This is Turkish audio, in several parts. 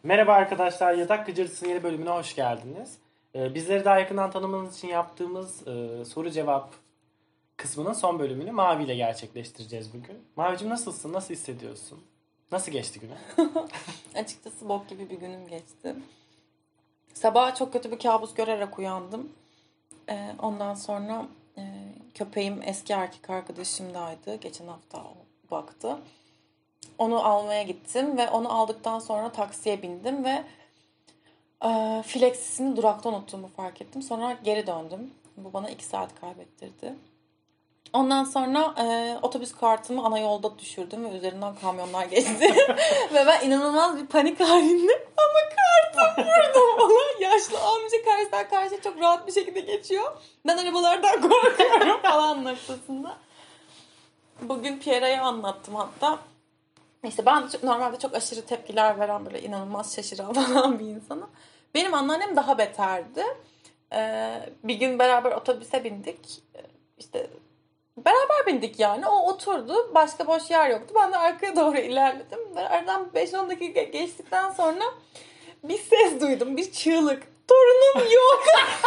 Merhaba arkadaşlar, Yatak Gıcırtısı'nın yeni bölümüne hoş geldiniz. Bizleri daha yakından tanımanız için yaptığımız soru cevap kısmının son bölümünü Mavi ile gerçekleştireceğiz bugün. Mavi'cim nasılsın, nasıl hissediyorsun? Nasıl geçti günün? Açıkçası bok gibi bir günüm geçti. Sabah çok kötü bir kabus görerek uyandım. Ondan sonra köpeğim eski erkek arkadaşımdaydı. Geçen hafta baktı. Onu almaya gittim ve onu aldıktan sonra taksiye bindim ve Flexis'ini durakta unuttuğumu fark ettim. Sonra geri döndüm. Bu bana 2 saat kaybettirdi. Ondan sonra otobüs kartımı ana yolda düşürdüm ve üzerinden kamyonlar geçti. Ve ben inanılmaz bir panik halinde ama kartım burada falan. Yaşlı amca karşıdan karşıya çok rahat bir şekilde geçiyor. Ben arabalardan korkuyorum falan noktasında. Bugün Pierre'ye anlattım hatta. İşte ben normalde çok aşırı tepkiler veren böyle inanılmaz şaşıran falan bir insanım. Benim anneannem daha beterdi. Bir gün beraber otobüse bindik. İşte beraber bindik yani. O oturdu. Başka boş yer yoktu. Ben de arkaya doğru ilerledim. Aradan 5-10 dakika geçtikten sonra bir ses duydum. Bir çığlık. Torunum yok.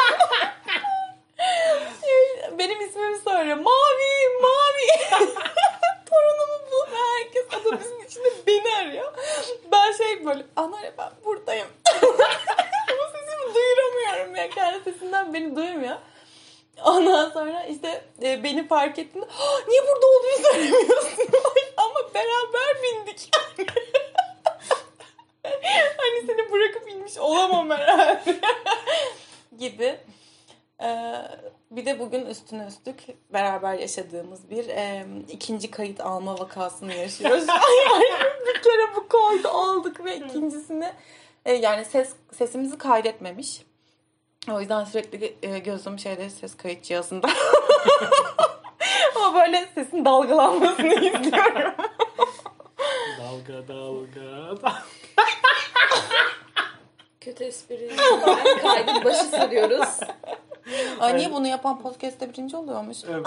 Benim ismimi söylüyor. Mavi, Mavi. Torunumu bul. Herkes otobüsün içinde beni arıyor. Ben böyle anneanne ben buradayım. Ama sesimi duyuramıyorum ya. Kendi sesinden beni duymuyor. Ondan sonra işte beni fark ettiğinde niye burada olduğunu söylemiyorsun? Ama beraber bindik. Hani seni bırakıp inmiş olamam herhalde. Gibi. Bir de bugün üstüne üstlük beraber yaşadığımız bir ikinci kayıt alma vakasını yaşıyoruz. Yani bir kere bu kaydı aldık ve ikincisini yani sesimizi kaydetmemiş. O yüzden sürekli gözüm ses kayıt cihazında. Ama böyle sesin dalgalanmasını istiyorum. Dalga. Kötü espri. Kaydı başı sarıyoruz. Ay niye bunu yapan podcast'te birinci oluyormuş? Evet.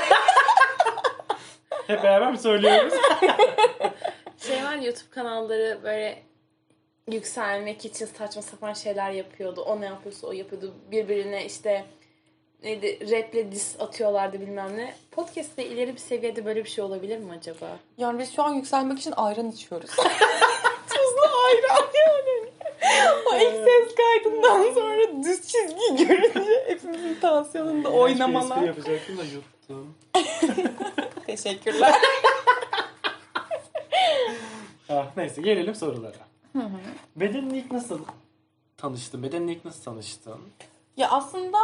Hep beraber mi söylüyoruz? Var YouTube kanalları böyle yükselmek için saçma sapan şeyler yapıyordu. O ne yapıyorsa o yapıyordu. Birbirine işte raple diss atıyorlardı bilmem ne. Podcast'te ileri bir seviyede böyle bir şey olabilir mi acaba? Yani biz şu an yükselmek için ayran içiyoruz. Tuzlu ayran yani. O ilk ses kaydından sonra düz çizgi görünce hepimizin tansiyonunda oynamalar. Espri yapacaktım da yuttum. Teşekkürler. Neyse gelelim sorulara. Bedenle ilk nasıl tanıştın? Ya aslında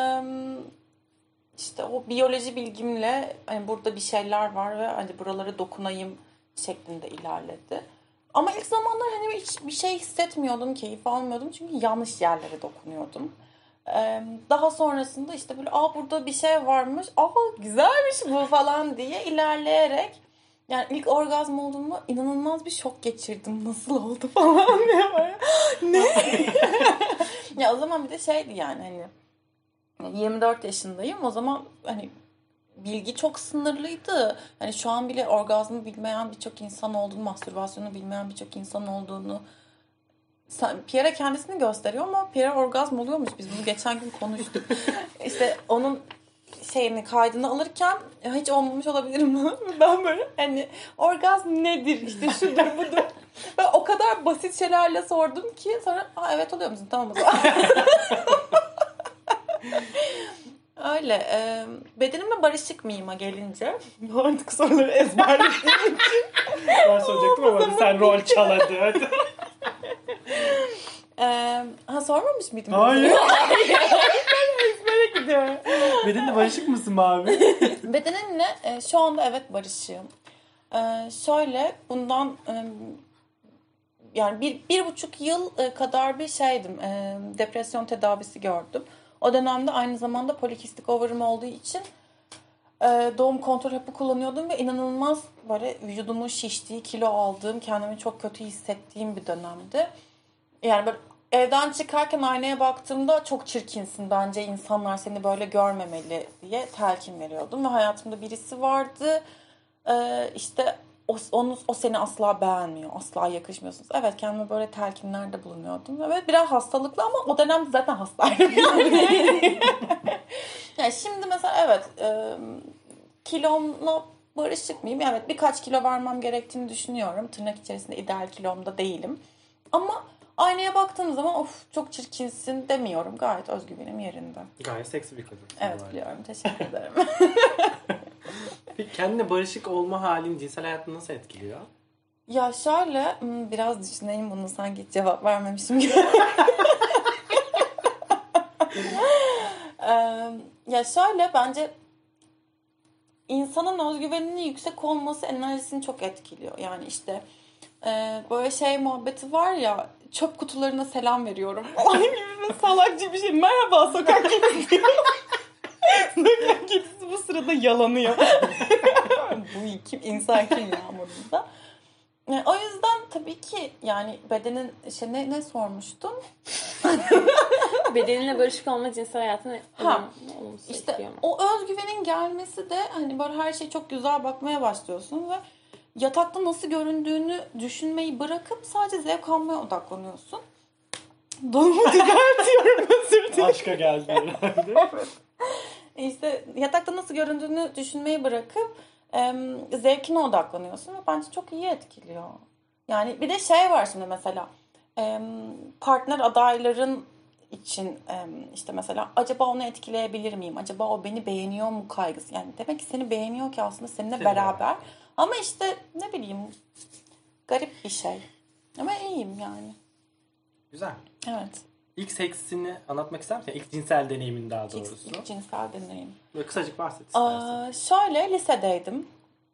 işte o biyoloji bilgimle hani burada bir şeyler var ve hani buralara dokunayım şeklinde ilerledi. Ama ilk zamanlar hani hiç bir şey hissetmiyordum, keyif almıyordum çünkü yanlış yerlere dokunuyordum. Daha sonrasında işte böyle burada bir şey varmış, güzelmiş bu falan diye ilerleyerek yani ilk orgazm olduğumda inanılmaz bir şok geçirdim. Nasıl oldu falan diye böyle. Ne? Ya o zaman bir de şeydi yani hani 24 yaşındayım. O zaman hani bilgi çok sınırlıydı. Hani şu an bile orgazmı bilmeyen birçok insan olduğunu, mastürbasyonu bilmeyen birçok insan olduğunu Pierre kendisini gösteriyor ama Pierre orgazm oluyormuş. Biz bunu geçen gün konuştuk. İşte onun kaydını alırken hiç olmamış olabilirim. Ben böyle hani orgazm nedir? İşte şudur budur. Ben o kadar basit şeylerle sordum ki sonra evet oluyor musun? Tamam o zaman. Öyle. Bedenimle barışık mıyım'a gelince artık soruları ezberlediğim için Ben soracaktım ama sen rol çal hadi. Sormamış mıydım? Hayır. Ezbere gidiyorum. Bedenle barışık mısın Mavi? Bedenimle şu anda evet barışığım. Şöyle bundan yani bir buçuk yıl kadar bir şeydim. Depresyon tedavisi gördüm. O dönemde aynı zamanda polikistik ovarım olduğu için doğum kontrol hapı kullanıyordum ve inanılmaz böyle vücudumun şiştiği, kilo aldığım, kendimi çok kötü hissettiğim bir dönemdi. Yani böyle evden çıkarken aynaya baktığımda çok çirkinsin, bence insanlar seni böyle görmemeli diye telkin veriyordum ve hayatımda birisi vardı. İşte o seni asla beğenmiyor. Asla yakışmıyorsunuz. Evet, kendime böyle telkinlerde bulunuyordum. Evet, biraz hastalıklı ama o dönem zaten hastaydım. Yani şimdi mesela evet, kilomla barışık mıyım? Evet, birkaç kilo vermem gerektiğini düşünüyorum. Tırnak içerisinde ideal kilomda değilim. Ama aynaya baktığım zaman of çok çirkinsin demiyorum. Gayet özgüvenim yerinde. Gayet seksi bir kadın. Evet, biliyorum. Teşekkür ederim. Peki kendine barışık olma halin cinsel hayatını nasıl etkiliyor? Ya şöyle, biraz düşüneyim, bunu sanki cevap vermemişim gibi. Ya şöyle, bence insanın özgüveninin yüksek olması enerjisini çok etkiliyor. Yani işte böyle şey muhabbeti var ya, çöp kutularına selam veriyorum falan gibi bir salakça bir şey. Merhaba sokak kedisi. Sokak kedisi bu sırada yalanıyor. Bu kim? İnsan kim ya modunda. O yüzden tabii ki yani bedenin ne sormuştun? Bedeninle barışık olma cinsel hayatına olumsuz İşte etkiliyor mu? o özgüvenin gelmesi de hani böyle her şey çok güzel bakmaya başlıyorsun ve yatakta nasıl göründüğünü düşünmeyi bırakıp sadece zevk almaya odaklanıyorsun. Donumu düzeltiyorum, özür dilerim. Aşka geldi herhalde. İşte yatakta nasıl göründüğünü düşünmeyi bırakıp zevkine odaklanıyorsun ve bence çok iyi etkiliyor. Yani bir de şey var şimdi mesela partner adayların için işte mesela acaba onu etkileyebilir miyim? Acaba o beni beğeniyor mu kaygısı? Yani demek ki seni beğeniyor ki aslında seninle Seni beraber. Ama işte ne bileyim, garip bir şey. Ama iyiyim yani. Güzel. Evet. İlk seksini anlatmak ister misin? İlk cinsel deneyimin daha doğrusu. İlk cinsel deneyim. Böyle kısacık bahset istersen. Şöyle lisedeydim.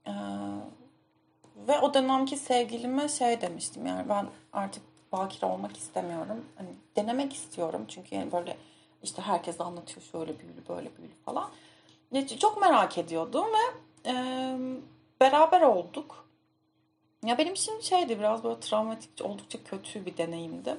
Ve o dönemki sevgilime şey demiştim, yani ben artık bakire olmak istemiyorum. Hani denemek istiyorum çünkü yani böyle işte herkes anlatıyor şöyle büyülü böyle büyülü falan. Çok merak ediyordum ve beraber olduk. Ya benim için şeydi, biraz böyle travmatik, oldukça kötü bir deneyimdi.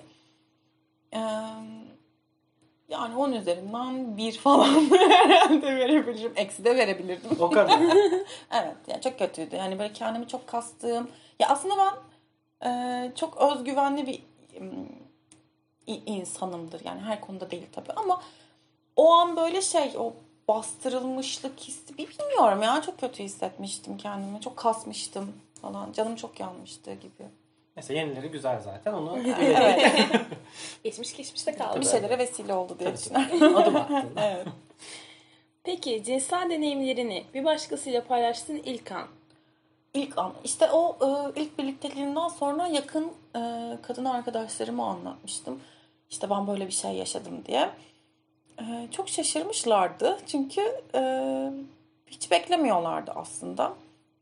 Yani 10 üzerinden 1 falan herhalde verebilirim. Eksi de verebilirdim. O kadar. Evet, yani çok kötüydü. Yani böyle kendimi çok kastığım. Ya aslında ben çok özgüvenli bir insanımdır. Yani her konuda değil tabii ama o an böyle o bastırılmışlık hissi, bilmiyorum ya, çok kötü hissetmiştim kendimi. Çok kasmıştım falan. Canım çok yanmıştı gibi. Mesela yenileri güzel zaten. Onu Evet. Geçmişte kaldı. Bir şeylere vesile oldu diye Tabii, düşünüyorum. adım attın. Evet. Peki cinsel deneyimlerini bir başkasıyla paylaştığın ilk an? İlk an. İşte o ilk birlikteliğinden sonra yakın kadın arkadaşlarıma anlatmıştım. İşte ben böyle bir şey yaşadım diye. Çok şaşırmışlardı. Çünkü hiç beklemiyorlardı aslında.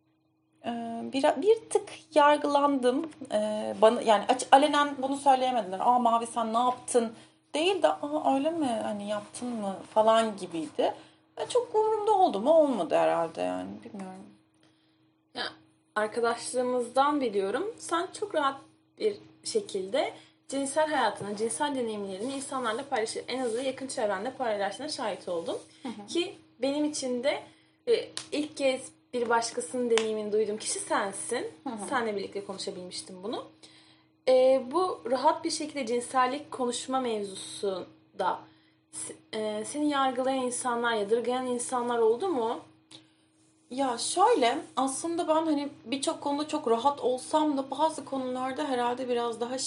Bir tık yargılandım. Bana yani alenen bunu söyleyemediler. Aa Mavi sen ne yaptın? Değil de aa öyle mi? Hani yaptın mı? Falan gibiydi. Çok umurumda oldu mu? Olmadı herhalde yani. Bilmiyorum. Ya, arkadaşlarımızdan biliyorum. Sen çok rahat bir şekilde cinsel hayatını, cinsel deneyimlerini insanlarla paylaşır. En azından yakın çevrende paylaştığına şahit oldum. Ki benim için de ilk kez bir başkasının deneyimini duyduğum kişi sensin. Seninle birlikte konuşabilmiştim bunu. Bu rahat bir şekilde cinsellik konuşma mevzusunda seni yargılayan insanlar, yadırgayan insanlar oldu mu? Ya şöyle, aslında ben hani birçok konuda çok rahat olsam da bazı konularda herhalde biraz daha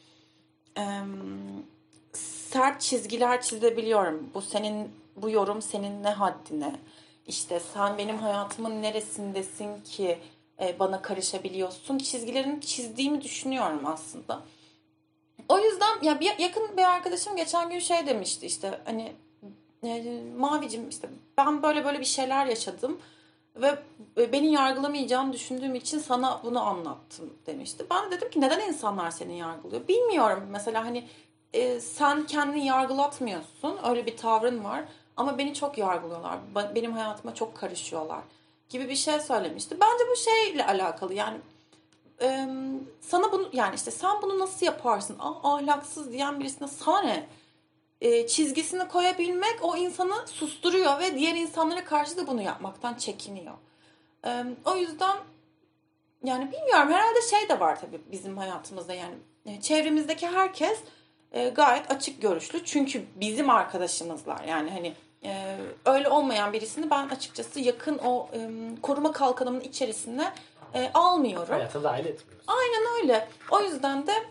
sert çizgiler çizebiliyorum. Bu yorum senin ne haddine? İşte sen benim hayatımın neresindesin ki bana karışabiliyorsun? Çizgilerini çizdiğimi düşünüyorum aslında. O yüzden ya yakın bir arkadaşım geçen gün şey demişti, işte hani Mavicim, işte ben böyle bir şeyler yaşadım ve beni yargılamayacağını düşündüğüm için sana bunu anlattım demişti. Ben de dedim ki neden insanlar seni yargılıyor? Bilmiyorum. Mesela hani sen kendini yargılatmıyorsun. Öyle bir tavrın var. Ama beni çok yargılıyorlar. Benim hayatıma çok karışıyorlar gibi bir şey söylemişti. Bence bu şeyle alakalı. Yani sana bunu, yani işte sen bunu nasıl yaparsın? Ahlaksız diyen birisine sana ne? Çizgisini koyabilmek o insanı susturuyor ve diğer insanlara karşı da bunu yapmaktan çekiniyor. O yüzden yani bilmiyorum, herhalde şey de var tabii bizim hayatımızda, yani çevremizdeki herkes gayet açık görüşlü. Çünkü bizim arkadaşımızlar, yani hani öyle olmayan birisini ben açıkçası yakın o koruma kalkanımın içerisine almıyorum. Hayata dahil etmiyoruz. Aynen öyle. O yüzden de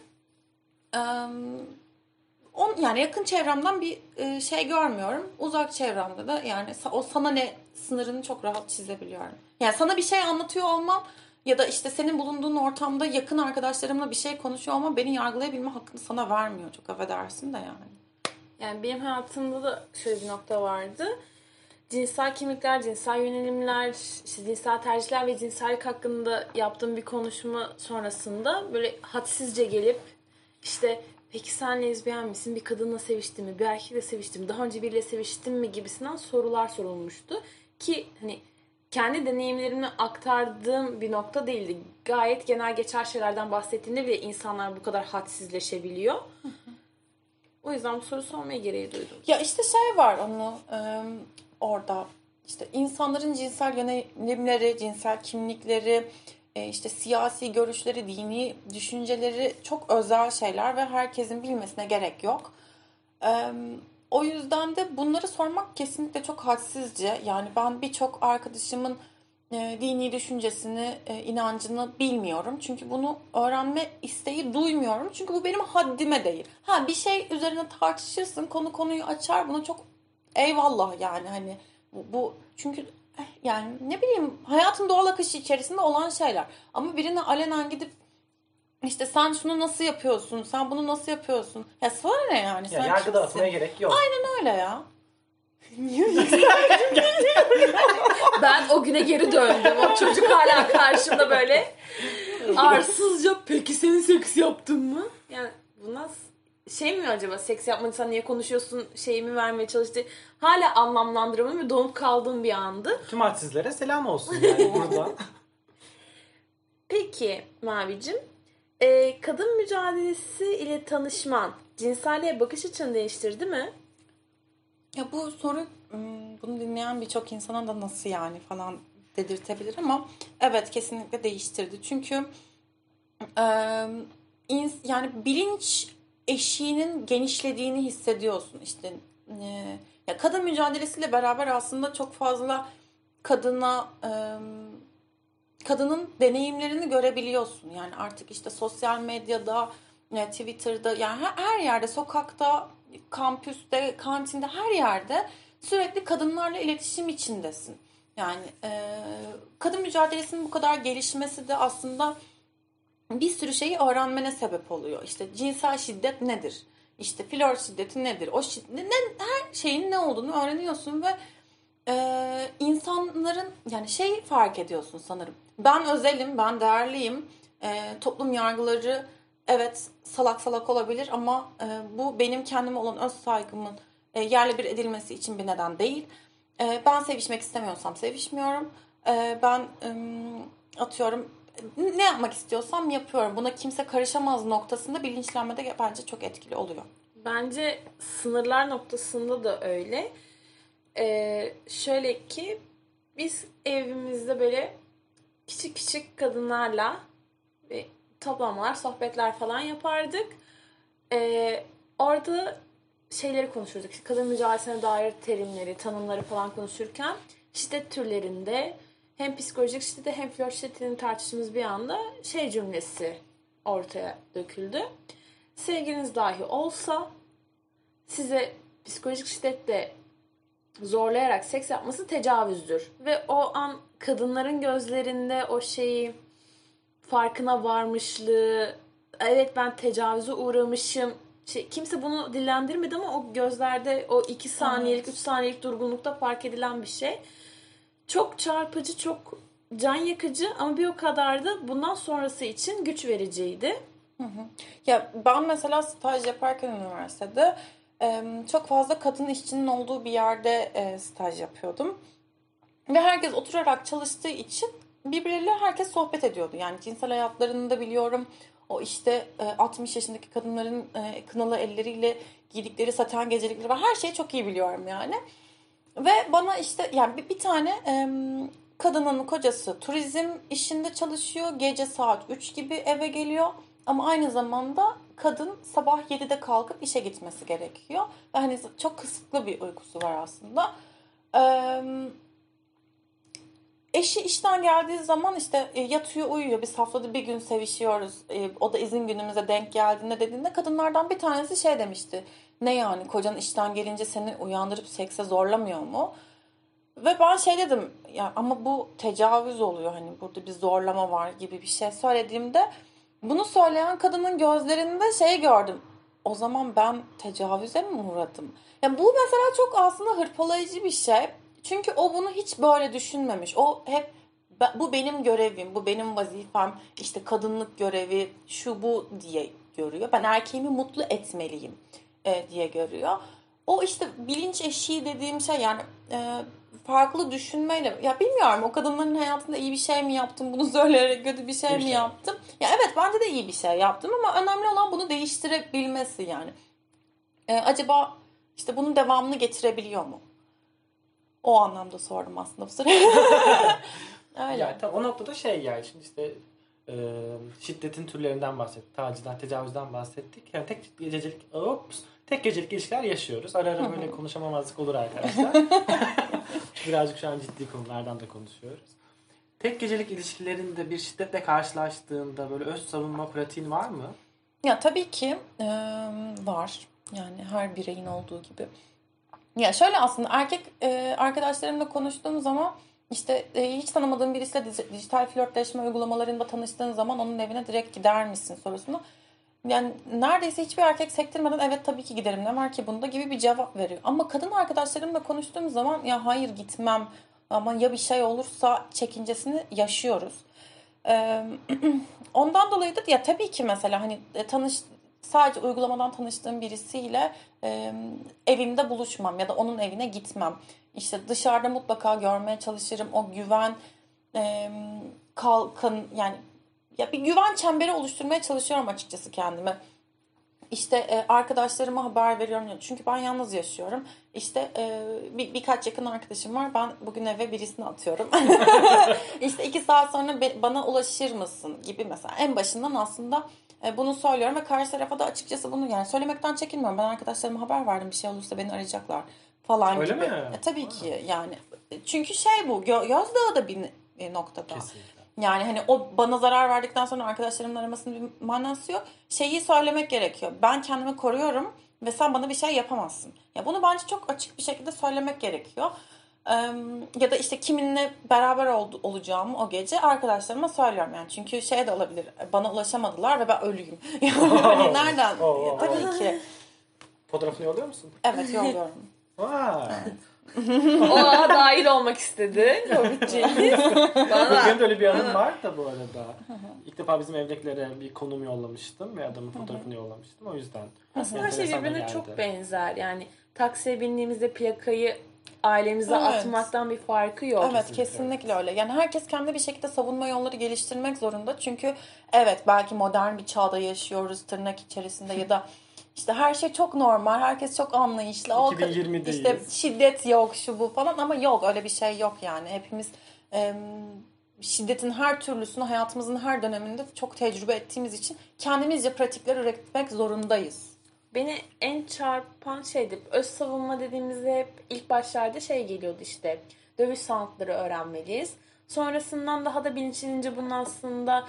yani yakın çevremden bir şey görmüyorum. Uzak çevremde de yani o sana ne sınırını çok rahat çizebiliyorum. Yani sana bir şey anlatıyor olmam ya da işte senin bulunduğun ortamda yakın arkadaşlarımla bir şey konuşuyor olmam beni yargılayabilme hakkını sana vermiyor. Çok affedersin de yani. Yani benim hayatımda da şöyle bir nokta vardı. Cinsel kimlikler, cinsel yönelimler, işte cinsel tercihler ve cinsellik hakkında yaptığım bir konuşma sonrasında böyle hadsizce gelip işte peki sen lezbiyen misin? Bir kadınla seviştin mi? Bir erkekle seviştin mi? Daha önce biriyle seviştin mi? Gibisinden sorular sorulmuştu. Ki hani kendi deneyimlerimi aktardığım bir nokta değildi. Gayet genel geçer şeylerden bahsettiğinde bile insanlar bu kadar hadsizleşebiliyor. O yüzden bu soru sormaya gereği duydum. Ya işte şey var onu orada işte insanların cinsel yönelimleri, cinsel kimlikleri, işte siyasi görüşleri, dini düşünceleri çok özel şeyler ve herkesin bilmesine gerek yok. O yüzden de bunları sormak kesinlikle çok hadsizce. Yani ben birçok arkadaşımın dini düşüncesini, inancını bilmiyorum. Çünkü bunu öğrenme isteği duymuyorum. Çünkü bu benim haddime değil. Ha, bir şey üzerine tartışırsın, konuyu açar. Buna çok eyvallah yani hani bu çünkü yani ne bileyim hayatın doğal akışı içerisinde olan şeyler. Ama birine alenen gidip işte sen şunu nasıl yapıyorsun, sen bunu nasıl yapıyorsun? Ya sana ne yani? Ya sen yargıda kimsin? atmaya gerek yok. Aynen öyle ya. Ben o güne geri döndüm. O çocuk hala karşımda böyle arsızca peki senin seks yaptın mı? Yani bu nasıl şey mi acaba, seks yapmadıysan niye konuşuyorsun şeyimi vermeye çalıştı. Hala anlamlandıramıyorum ve donup kaldığım bir andı. Tüm hadsizlere selam olsun yani buradan. Peki Mavicim, kadın mücadelesi ile tanışman cinselliğe bakış açını değiştirdi mi? Ya bu soru bunu dinleyen birçok insana da nasıl yani falan dedirtebilir ama evet kesinlikle değiştirdi. Çünkü yani bilinç eşiğinin genişlediğini hissediyorsun. İşte ya kadın mücadelesiyle beraber aslında çok fazla kadının deneyimlerini görebiliyorsun. Yani artık işte sosyal medyada, Twitter'da, yani her yerde, sokakta, kampüste, kantinde, her yerde sürekli kadınlarla iletişim içindesin. Yani kadın mücadelesinin bu kadar gelişmesi de aslında bir sürü şeyi öğrenmene sebep oluyor. İşte cinsel şiddet nedir? İşte flört şiddeti nedir? O her şeyin ne olduğunu öğreniyorsun ve insanların yani şey fark ediyorsun sanırım. Ben özelim, ben değerliyim. Toplum yargıları evet salak salak olabilir ama bu benim kendime olan öz saygımın yerle bir edilmesi için bir neden değil. Ben sevişmek istemiyorsam sevişmiyorum. Ben atıyorum ne yapmak istiyorsam yapıyorum. Buna kimse karışamaz noktasında bilinçlenmede bence çok etkili oluyor. Bence sınırlar noktasında da öyle. Şöyle ki biz evimizde böyle küçük küçük kadınlarla toplanmalar, sohbetler falan yapardık. Orada şeyleri konuşurduk. İşte kadın mücadelesine dair terimleri, tanımları falan konuşurken şiddet türlerinde hem psikolojik şiddeti hem flört şiddetini tartıştığımız bir anda şey cümlesi ortaya döküldü. Sevgiliniz dahi olsa size psikolojik şiddetle zorlayarak seks yapması tecavüzdür. Ve o an kadınların gözlerinde o şeyi farkına varmışlığı, evet ben tecavüze uğramışım. Kimse bunu dillendirmedi ama o gözlerde o 2 saniyelik, 3 saniyelik durgunlukta fark edilen bir şey. Çok çarpıcı, çok can yakıcı ama bir o kadar da bundan sonrası için güç vericiydi. Hı hı. Ya ben mesela staj yaparken üniversitede çok fazla kadın işçinin olduğu bir yerde staj yapıyordum. Ve herkes oturarak çalıştığı için birbirleriyle herkes sohbet ediyordu. Yani cinsel hayatlarını da biliyorum. O işte 60 yaşındaki kadınların kınalı elleriyle giydikleri saten gecelikleri var. Her şeyi çok iyi biliyorum yani. Ve bana işte yani bir tane kadının kocası turizm işinde çalışıyor. Gece saat 3 gibi eve geliyor. Ama aynı zamanda kadın sabah 7'de kalkıp işe gitmesi gerekiyor. Ve hani çok kısıtlı bir uykusu var aslında. Eşi işten geldiği zaman işte yatıyor uyuyor. Biz haftada bir gün sevişiyoruz. O da izin günümüze denk geldiğinde dediğinde kadınlardan bir tanesi şey demişti. Ne yani kocan işten gelince seni uyandırıp sekse zorlamıyor mu? Ve ben şey dedim ya ama bu tecavüz oluyor hani burada bir zorlama var gibi bir şey söylediğimde bunu söyleyen kadının gözlerinde şey gördüm. O zaman ben tecavüze mi uğradım? Yani bu mesela çok aslında hırpalayıcı bir şey. Çünkü o bunu hiç böyle düşünmemiş. O hep bu benim görevim, bu benim vazifem, işte kadınlık görevi, şu bu diye görüyor. Ben erkeğimi mutlu etmeliyim diye görüyor. O işte bilinç eşiği dediğim şey yani farklı düşünmeyle ya bilmiyorum o kadınların hayatında iyi bir şey mi yaptım bunu söyleyerek kötü bir şey mi yaptım? Ya evet bence de iyi bir şey yaptım ama önemli olan bunu değiştirebilmesi yani. Acaba işte bunun devamını getirebiliyor mu? O anlamda sordum aslında bu sırada. Öyle. Yani o noktada şey yani şimdi işte şiddetin türlerinden bahsettik. Tacizden, tecavüzden bahsettik. Yani tek gecelik ilişkiler yaşıyoruz. Ara ara böyle konuşamamazlık olur arkadaşlar. Birazcık şu an ciddi konulardan da konuşuyoruz. Tek gecelik ilişkilerinde bir şiddetle karşılaştığında böyle öz savunma pratiğin var mı? Ya tabii ki var. Yani her bireyin olduğu gibi. Ya şöyle aslında erkek arkadaşlarımla konuştuğum zaman işte hiç tanımadığın birisiyle dijital flörtleşme uygulamalarında tanıştığın zaman onun evine direkt gider misin sorusunu. Yani neredeyse hiçbir erkek sektirmeden evet tabii ki giderim ne var ki bunda gibi bir cevap veriyor. Ama kadın arkadaşlarımla konuştuğum zaman ya hayır gitmem ama ya bir şey olursa çekincesini yaşıyoruz. Ondan dolayı da ya tabii ki mesela hani sadece uygulamadan tanıştığım birisiyle evimde buluşmam ya da onun evine gitmem. İşte dışarıda mutlaka görmeye çalışırım. O güven yani ya bir güven çemberi oluşturmaya çalışıyorum açıkçası kendime. İşte arkadaşlarıma haber veriyorum. Çünkü ben yalnız yaşıyorum. İşte birkaç yakın arkadaşım var. Ben bugün eve birisini atıyorum. İşte 2 saat sonra bana ulaşır mısın gibi mesela. En başından aslında bunu söylüyorum ve karşı tarafa da açıkçası bunu yani söylemekten çekinmiyorum. Ben arkadaşlarıma haber verdim. Bir şey olursa beni arayacaklar falan öyle gibi. Mi? Tabii ki yani. Çünkü şey bu gözdağı da bir noktada. Kesinlikle. Yani hani o bana zarar verdikten sonra arkadaşlarımın aramasının bir manası yok. Şeyi söylemek gerekiyor. Ben kendimi koruyorum ve sen bana bir şey yapamazsın. Ya bunu bence çok açık bir şekilde söylemek gerekiyor. Ya da işte kiminle beraber olacağımı o gece arkadaşlarıma söylüyorum yani. Çünkü şey de olabilir. Bana ulaşamadılar ve ben ölüyüm. Yani nereden? Tabii ki. Fotoğrafını yolluyor musun? Evet yolluyorum. Vay. O dahil olmak istedi. Covid'ciğimiz. Benim de öyle bir anım var da bu arada. İlk defa bizim evdekilere bir konum yollamıştım ve adamın fotoğrafını yollamıştım. O yüzden. Aslında her şey enteresan da birbirine geldi. çok benzer. Yani taksiye bindiğimizde plakayı ailemize Evet. atmaktan bir farkı yok. Evet kesinlikle öyle. Yani herkes kendi bir şekilde savunma yolları geliştirmek zorunda. Çünkü evet belki modern bir çağda yaşıyoruz tırnak içerisinde ya da işte her şey çok normal. Herkes çok anlayışlı. 2020'deyiz. İşte şiddet yok şu bu falan ama yok öyle bir şey yok yani. Hepimiz şiddetin her türlüsünü hayatımızın her döneminde çok tecrübe ettiğimiz için kendimizce pratikler üretmek zorundayız. Beni en çarpan şeydi. Öz savunma dediğimizde hep ilk başlarda şey geliyordu işte. Dövüş sanatları öğrenmeliyiz. Sonrasından daha da bilinçlenince bunun aslında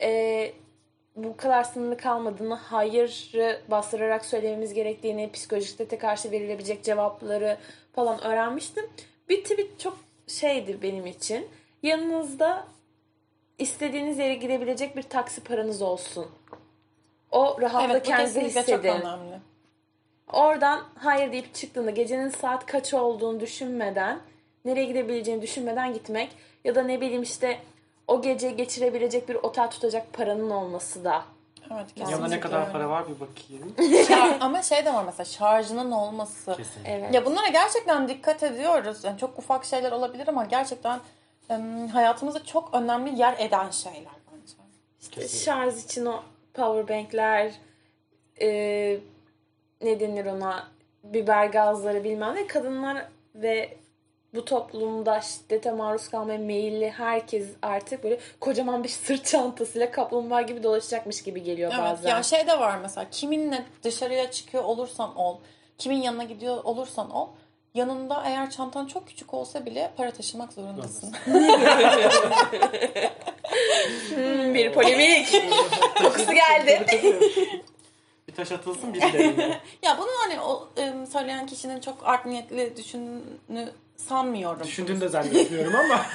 bu kadar sınırlı kalmadığını, hayırı bastırarak söylememiz gerektiğini, psikolojik şiddete karşı verilebilecek cevapları falan öğrenmiştim. Bir tweet çok şeydi benim için. Yanınızda istediğiniz yere gidebilecek bir taksi paranız olsun. O rahatla Evet bu kendinizi kesinlikle çok hissedin. önemli. Oradan hayır deyip çıktığında gecenin saat kaç olduğunu düşünmeden, nereye gidebileceğini düşünmeden gitmek ya da ne bileyim işte o gece geçirebilecek bir otel tutacak paranın olması da. Evet kesinlikle. Yanında ne kadar öyle. para var bir bakayım. Ama şey de var mesela şarjının olması. Kesinlikle. Evet. Ya bunlara gerçekten dikkat ediyoruz. Yani çok ufak şeyler olabilir ama gerçekten hayatımızda çok önemli yer eden şeyler bence. İşte şarj için o powerbankler, ne denir ona, biber gazları bilmem ne. Kadınlar ve bu toplumda şiddete maruz kalmaya meyilli herkes artık böyle kocaman bir sırt çantasıyla kaplumbağa gibi dolaşacakmış gibi geliyor Evet, bazen. ya şey de var mesela, kiminle dışarıya çıkıyor olursan ol, kimin yanına gidiyor olursan ol, yanında eğer çantan çok küçük olsa bile para taşımak zorundasın. Bir polemik kokusu geldi. Bir taş atılsın birilerine. Ya bunu hani o söyleyen kişinin çok art niyetli düşündüğünü sanmıyorum. Düşündüğünü de zannetmiyorum ama.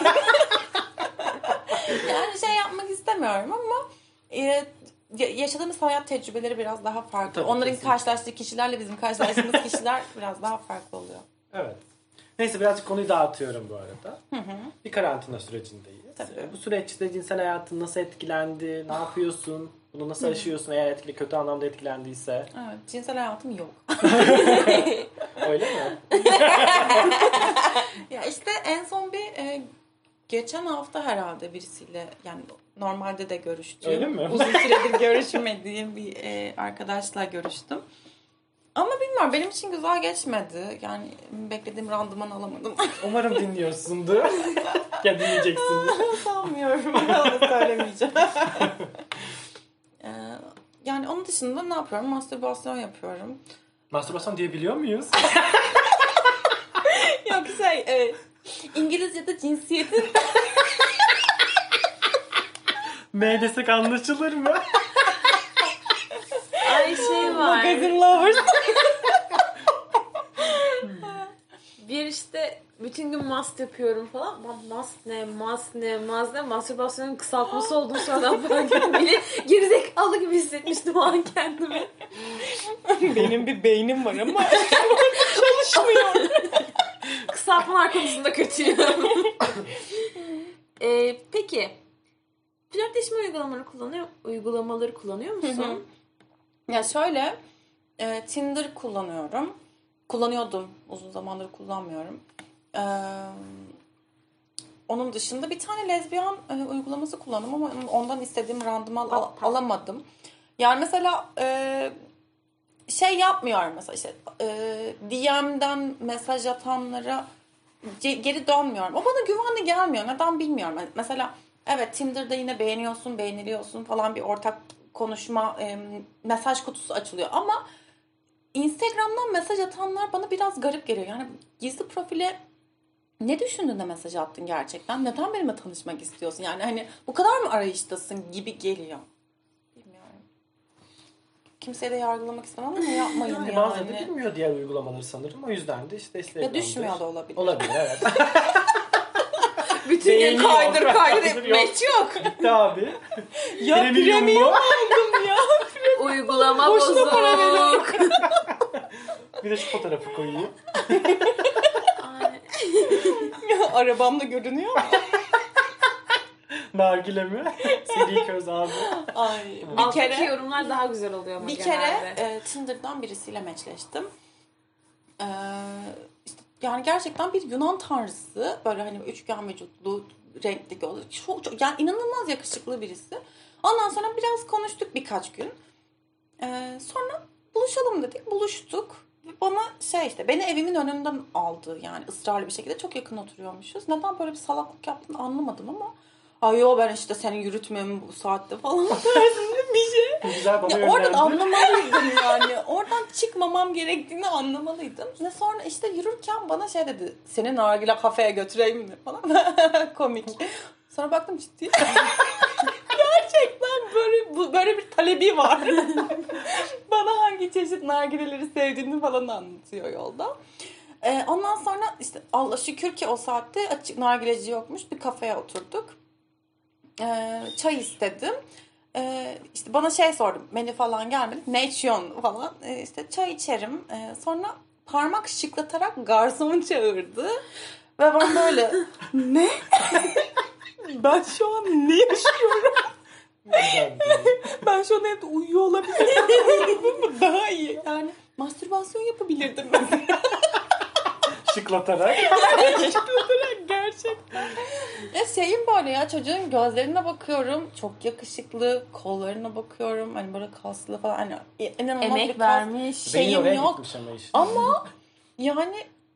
Yani şey yapmak istemiyorum ama yaşadığımız hayat tecrübeleri biraz daha farklı. Tabii, Onların kesinlikle. karşılaştığı kişilerle bizim karşılaştığımız kişiler biraz daha farklı oluyor. Evet. Neyse birazcık konuyu dağıtıyorum bu arada. Bir karantina sürecindeyiz. Tabii. Bu süreçte cinsel hayatın nasıl etkilendi? Ne yapıyorsun? Bunu nasıl aşıyorsun eğer kötü anlamda etkilendiyse? Evet, cinsel hayatım yok. Öyle mi? Ya işte en son bir geçen hafta herhalde birisiyle, yani normalde de görüştüm. Öyle mi? Uzun süredir görüşmediğim bir arkadaşla görüştüm. Ama bilmiyorum, benim için güzel geçmedi. Yani beklediğim randıman alamadım. Umarım dinliyorsundur. Ya dinleyeceksindir. Sanmıyorum. Onu söylemeyeceğim. Yani onun dışında ne yapıyorum? Mastürbasyon yapıyorum. Mastürbasyon diyebiliyor muyuz? Yok şey, İngilizce'de cinsiyetin... M desek anlaşılır mı? Ay şey var. Magazine lovers. Bir işte bütün gün mast yapıyorum falan. Mast ne mastürbasyonun kısaltması olduğunu sonradan fark ettim. Beni gerizekalı gibi hissetmiştim o an kendimi. Benim bir beynim var ama çalışmıyor. Kısaltmalar konusunda kötüyüm. Peki flörtleşme uygulamaları kullanıyor musun? Ya şöyle, Tinder kullanıyorum. Kullanıyordum. Uzun zamandır kullanmıyorum. Onun dışında bir tane lezbiyen uygulaması kullandım ama ondan istediğim randıman alamadım. Yani mesela şey yapmıyorum mesela, işte DM'den mesaj atanlara geri dönmüyorum. O bana güvenli gelmiyor. Neden bilmiyorum. Mesela evet, Tinder'da yine beğeniyorsun, beğeniliyorsun falan, bir ortak konuşma, mesaj kutusu açılıyor ama Instagram'dan mesaj atanlar bana biraz garip geliyor. Yani gizli profile ne düşündün de mesaj attın gerçekten? Neden benimle tanışmak istiyorsun? Yani hani bu kadar mı arayıştasın gibi geliyor. Bilmiyorum. Kimseyi de yargılamak istemem ama yapmayın yani. Bazen de bilmiyor diğer uygulamaları sanırım. O yüzden de işte Ya düşmüyor da olabilir. Olabilir, evet. Bütün gün Beğeniyor. kaydır Yok. meç yok. Bitti abi. Ya Premium premium mu? aldım ya. Uygulama Boşuna para bozuk. Bir de şu fotoğrafı koyayım. Ay. Arabamda görünüyor mu? Nargile mi? Seri köz abi. Ay, bir Alttaki kere yorumlar daha güzel oluyor ama bir genelde. kere Tinder'dan birisiyle meçleştim. İşte yani gerçekten bir Yunan tanrısı, böyle hani üçgen vücutlu, renkli gözlü, çok yani inanılmaz yakışıklı birisi. Ondan sonra biraz konuştuk birkaç gün. Sonra buluşalım dedik, buluştuk. Bana şey, işte beni evimin önünden aldı, yani ısrarlı bir şekilde, çok yakın oturuyormuşuz. Neden böyle bir salaklık yaptığını anlamadım ama ay yo, ben işte seni yürütmem bu saatte falan tarzında bir şey. Güzel bana Ya oradan yönlendi. anlamalıydım yani. Oradan çıkmamam gerektiğini anlamalıydım. Ve sonra işte yürürken bana şey dedi. Seni nargile kafeye götüreyim mi falan. Komik. Sonra baktım ciddi. Gerçekten böyle bir talebi var. Bana hangi çeşit nargileleri sevdiğini falan anlatıyor yolda. Ondan sonra işte Allah şükür ki o saatte açık nargileci yokmuş. Bir kafeye oturduk. Çay istedim. İşte bana şey sordum. Menü falan gelmedi. Ne içiyorsun falan. İşte çay içerim. Sonra parmak şıklatarak garson çağırdı. Ve ben böyle ne? Ben şu an ne yaşıyorum? Güzel bir şey. Ben şu an evde uyuyor olabilirim. Daha iyi. Yani mastürbasyon yapabilirdim mesela. Şıklatarak. Gerçekten. Ya şeyim böyle ya, çocuğun gözlerine bakıyorum. Çok yakışıklı. Kollarına bakıyorum. Hani böyle kaslı falan. Hani inanılmaz bir Emek kas vermiş. Beyin şeyim oraya yok. gitmiş ama işte. Ama yani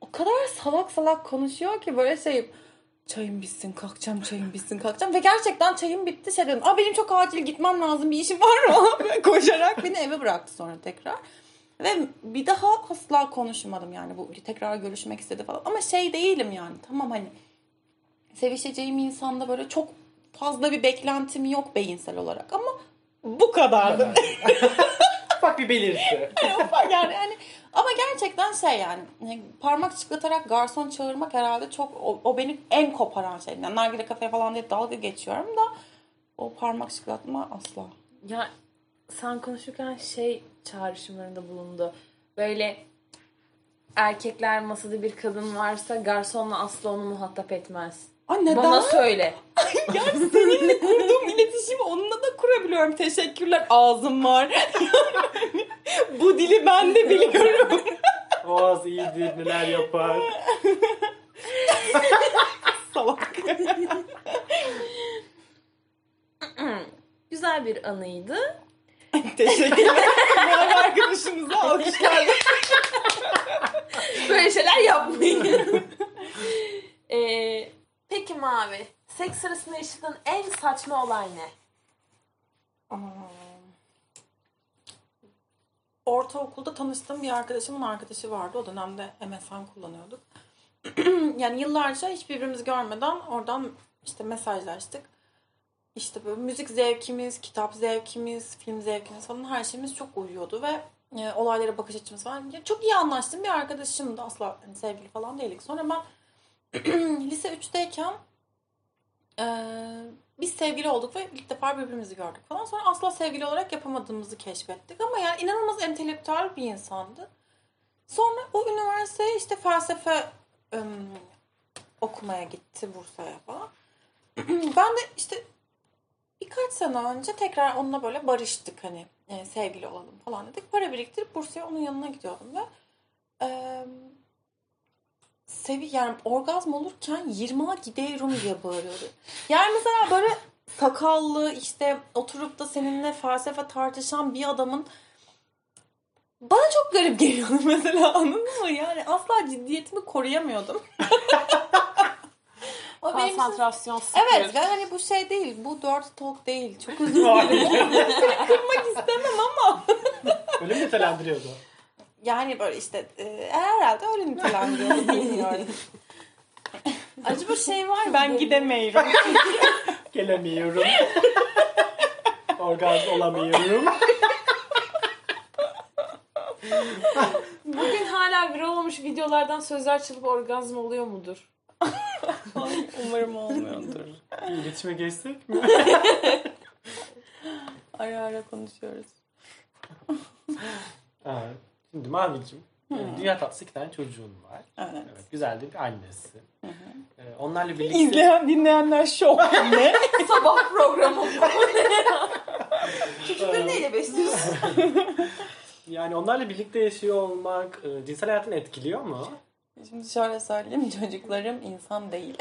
o kadar salak salak konuşuyor ki böyle şey, çayım bitsin kalkacağım, çayım bitsin kalkacağım. Ve gerçekten çayım bitti, şey dedim. Benim çok acil gitmem lazım, bir işim var mı? Böyle koşarak beni eve bıraktı sonra tekrar. Ve bir daha asla konuşmadım yani, bu tekrar görüşmek istedi falan. Ama şey değilim yani, tamam hani sevişeceğim insanda böyle çok fazla bir beklentim yok beyinsel olarak ama bu kadardı. Ufak bir belirti. yani ama gerçekten şey yani parmak çıtlatarak garson çağırmak herhalde çok o beni en koparan şey. Yani nargile kafeye falan diye dalga geçiyorum da o parmak çıtlatma asla. Ya sen konuşurken şey çağrışımlarında bulundu. Böyle erkekler masada bir kadın varsa garsonla asla onu muhatap etmez. Neden? Bana söyle. Ya seninle kurduğum iletişimi onunla da kurabiliyorum. Teşekkürler, ağzım var. Bu dili ben de biliyorum. O ağız iyidir, neler yapar. Salak. Güzel bir anıydı. Teşekkürler. Mavi arkadaşımıza alkışlarla. Böyle şeyler yapmayın. Peki Mavi, seks sırasında yaşadığın en saçma olay ne? Ortaokulda tanıştığım bir arkadaşımın arkadaşı vardı. O dönemde MSN kullanıyorduk. Yani yıllarca hiç birbirimizi görmeden oradan işte mesajlaştık. İşte böyle müzik zevkimiz, kitap zevkimiz, film zevkimiz falan her şeyimiz çok uyuyordu ve olaylara bakış açımız var. Yani çok iyi anlaştığım bir arkadaşımdı. Asla hani sevgili falan değildik. Sonra ben lise 3'teyken biz sevgili olduk ve ilk defa birbirimizi gördük falan. Sonra asla sevgili olarak yapamadığımızı keşfettik. Ama yani inanılmaz entelektüel bir insandı. Sonra o üniversiteye işte felsefe okumaya gitti Bursa'ya falan. Ben de işte birkaç sene önce tekrar onunla böyle barıştık, hani sevgili olalım falan dedik. Para biriktirip Bursa'ya onun yanına gidiyordum ve yani orgazm olurken 20'a gidiyorum diye bağırıyordu. Yani mesela böyle sakallı işte oturup da seninle felsefe tartışan bir adamın bana çok garip geliyordu mesela, anladın mı? Yani asla ciddiyetimi koruyamıyordum. O benim için... Konsantrasyon sıkıyor. Evet ve hani bu şey değil, bu dirty talk değil. Çok özür dilerim. Kırmak istemem ama. Öyle mi nitelendiriyordu? Yani böyle işte herhalde öyle nitelendiriyordu, bilmiyorum. Acaba şey var mı? Ben gidemiyorum. Gelemiyorum. Orgazm olamıyorum. Bugün hala viral olmuş videolardan sözler çalıp orgazm oluyor mudur? Umarım olmuyordur. İletişime geçsek mi? Ara ara konuşuyoruz. Evet. Şimdi Mavi'cim, dünya tatlısı 2 tane çocuğun var. Evet. Güzel de bir annesi. Onlarla birlikte... İzleyen dinleyenler şok. Ne? Sabah programı. Çocukları neyle besliyorsun? Yani onlarla birlikte yaşıyor olmak cinsel hayatını etkiliyor mu? Şimdi şöyle söyleyeyim, çocuklarım insan değil.